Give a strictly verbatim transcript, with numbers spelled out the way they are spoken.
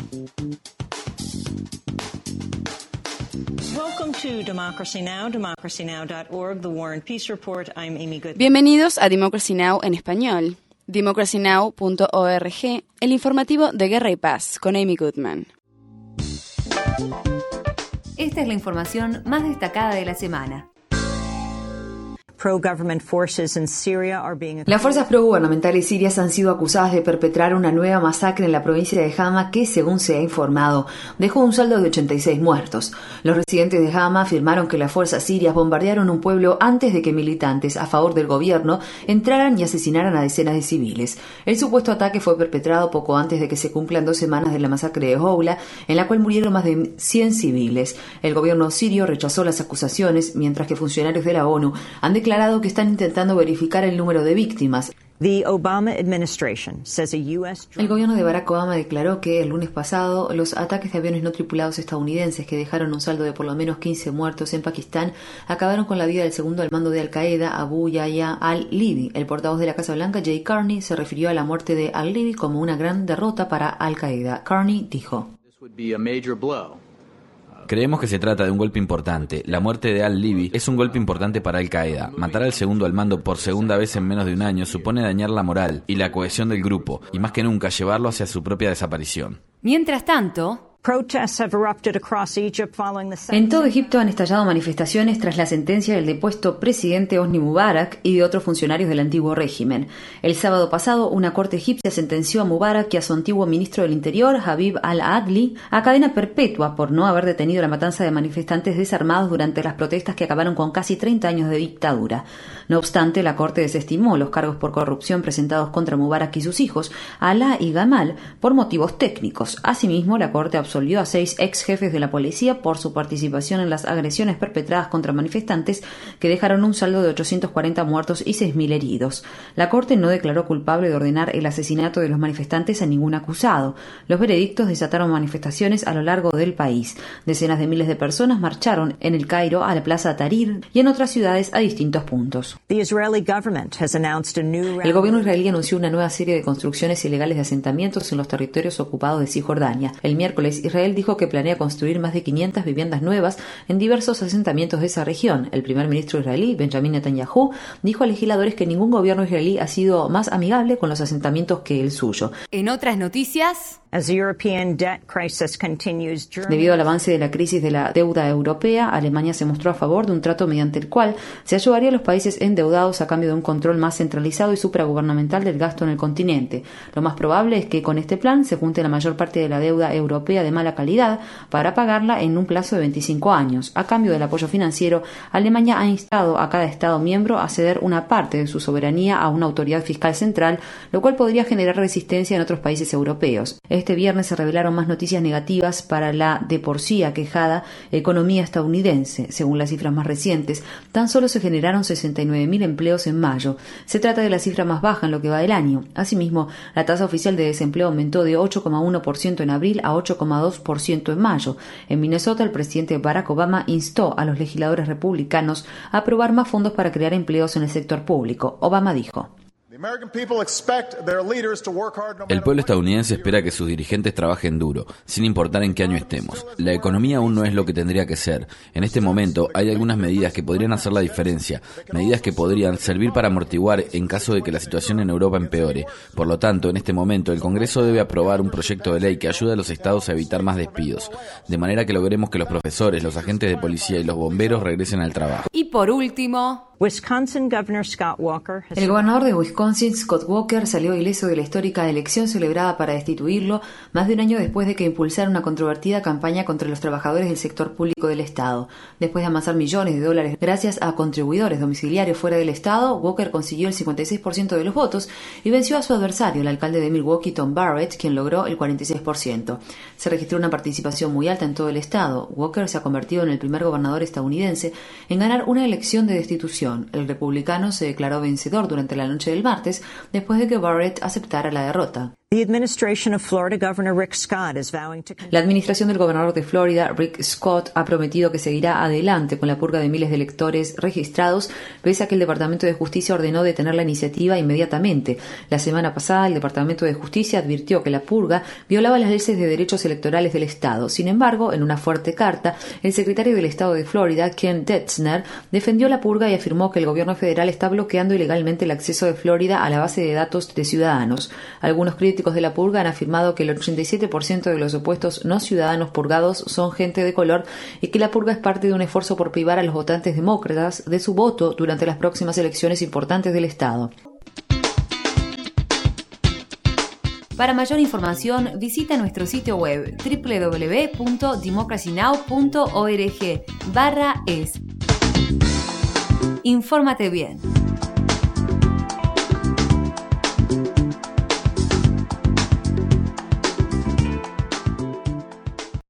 Welcome to Democracy Now!, democracy now dot org, The War and Peace Report. I'm Amy Goodman. Bienvenidos a Democracy Now! En español. democracy now punto org, el informativo de Guerra y Paz, con Amy Goodman. Esta es la información más destacada de la semana. Las fuerzas progubernamentales sirias han sido acusadas de perpetrar una nueva masacre en la provincia de Hama que, según se ha informado, dejó un saldo de ochenta y seis muertos. Los residentes de Hama afirmaron que las fuerzas sirias bombardearon un pueblo antes de que militantes a favor del gobierno entraran y asesinaran a decenas de civiles. El supuesto ataque fue perpetrado poco antes de que se cumplan dos semanas de la masacre de Houla, en la cual murieron más de cien civiles. El gobierno sirio rechazó las acusaciones, mientras que funcionarios de la ONU han declarado que están intentando verificar el número de víctimas. The Obama administration says a U S El gobierno de Barack Obama declaró que el lunes pasado los ataques de aviones no tripulados estadounidenses que dejaron un saldo de por lo menos quince muertos en Pakistán acabaron con la vida del segundo al mando de Al-Qaeda, Abu Yahya al-Libi. El portavoz de la Casa Blanca, Jay Carney, se refirió a la muerte de al-Libi como una gran derrota para Al-Qaeda. Carney dijo: Creemos que se trata de un golpe importante. La muerte de al-Libi es un golpe importante para Al-Qaeda. Matar al segundo al mando por segunda vez en menos de un año supone dañar la moral y la cohesión del grupo, y más que nunca llevarlo hacia su propia desaparición. Mientras tanto, en todo Egipto han estallado manifestaciones tras la sentencia del depuesto presidente Hosni Mubarak y de otros funcionarios del antiguo régimen. El sábado pasado, una corte egipcia sentenció a Mubarak y a su antiguo ministro del Interior, Habib al-Adli, a cadena perpetua por no haber detenido la matanza de manifestantes desarmados durante las protestas que acabaron con casi treinta años de dictadura. No obstante, la corte desestimó los cargos por corrupción presentados contra Mubarak y sus hijos, Alaa y Gamal, por motivos técnicos. Asimismo, la corte absolvió a seis ex jefes de la policía por su participación en las agresiones perpetradas contra manifestantes que dejaron un saldo de ochocientos cuarenta muertos y seis mil heridos. La corte no declaró culpable de ordenar el asesinato de los manifestantes a ningún acusado. Los veredictos desataron manifestaciones a lo largo del país. Decenas de miles de personas marcharon en el Cairo a la Plaza Tahrir y en otras ciudades a distintos puntos. El gobierno israelí anunció una nueva serie de construcciones ilegales de asentamientos en los territorios ocupados de Cisjordania. El miércoles, Israel dijo que planea construir más de quinientas viviendas nuevas en diversos asentamientos de esa región. El primer ministro israelí, Benjamin Netanyahu, dijo a legisladores que ningún gobierno israelí ha sido más amigable con los asentamientos que el suyo. En otras noticias, debido al avance de la crisis de la deuda europea, Alemania se mostró a favor de un trato mediante el cual se ayudaría a los países endeudados a cambio de un control más centralizado y supragubernamental del gasto en el continente. Lo más probable es que con este plan se junte la mayor parte de la deuda europea de mala calidad para pagarla en un plazo de veinticinco años. A cambio del apoyo financiero, Alemania ha instado a cada Estado miembro a ceder una parte de su soberanía a una autoridad fiscal central, lo cual podría generar resistencia en otros países europeos. Este viernes se revelaron más noticias negativas para la de por sí aquejada economía estadounidense. Según las cifras más recientes, tan solo se generaron sesenta y nueve mil empleos en mayo. Se trata de la cifra más baja en lo que va del año. Asimismo, la tasa oficial de desempleo aumentó de ocho coma uno por ciento en abril a ocho coma dos por ciento en mayo. En Minnesota, el presidente Barack Obama instó a los legisladores republicanos a aprobar más fondos para crear empleos en el sector público. Obama dijo: El pueblo estadounidense espera que sus dirigentes trabajen duro, sin importar en qué año estemos. La economía aún no es lo que tendría que ser. En este momento hay algunas medidas que podrían hacer la diferencia, medidas que podrían servir para amortiguar en caso de que la situación en Europa empeore. Por lo tanto, en este momento el Congreso debe aprobar un proyecto de ley que ayude a los estados a evitar más despidos, de manera que logremos que los profesores, los agentes de policía y los bomberos regresen al trabajo. Y por último, Wisconsin Governor Scott Walker has... El gobernador de Wisconsin, Scott Walker, salió ileso de la histórica elección celebrada para destituirlo más de un año después de que impulsara una controvertida campaña contra los trabajadores del sector público del Estado. Después de amasar millones de dólares gracias a contribuidores domiciliarios fuera del Estado, Walker consiguió el cincuenta y seis por ciento de los votos y venció a su adversario, el alcalde de Milwaukee, Tom Barrett, quien logró el cuarenta y seis por ciento. Se registró una participación muy alta en todo el Estado. Walker se ha convertido en el primer gobernador estadounidense en ganar una elección de destitución. El republicano se declaró vencedor durante la noche del martes después de que Barrett aceptara la derrota. La administración del gobernador de Florida, Rick Scott, ha prometido que seguirá adelante con la purga de miles de electores registrados, pese a que el Departamento de Justicia ordenó detener la iniciativa inmediatamente. La semana pasada, el Departamento de Justicia advirtió que la purga violaba las leyes de derechos electorales del Estado. Sin embargo, en una fuerte carta, el secretario del Estado de Florida, Ken Tetzner, defendió la purga y afirmó que el gobierno federal está bloqueando ilegalmente el acceso de Florida a la base de datos de ciudadanos. Algunos críticos de la purga han afirmado que el ochenta y siete por ciento de los supuestos no ciudadanos purgados son gente de color y que la purga es parte de un esfuerzo por privar a los votantes demócratas de su voto durante las próximas elecciones importantes del Estado. Para mayor información, visita nuestro sitio web doble u doble u doble u punto democracy now punto org barra es. Infórmate bien.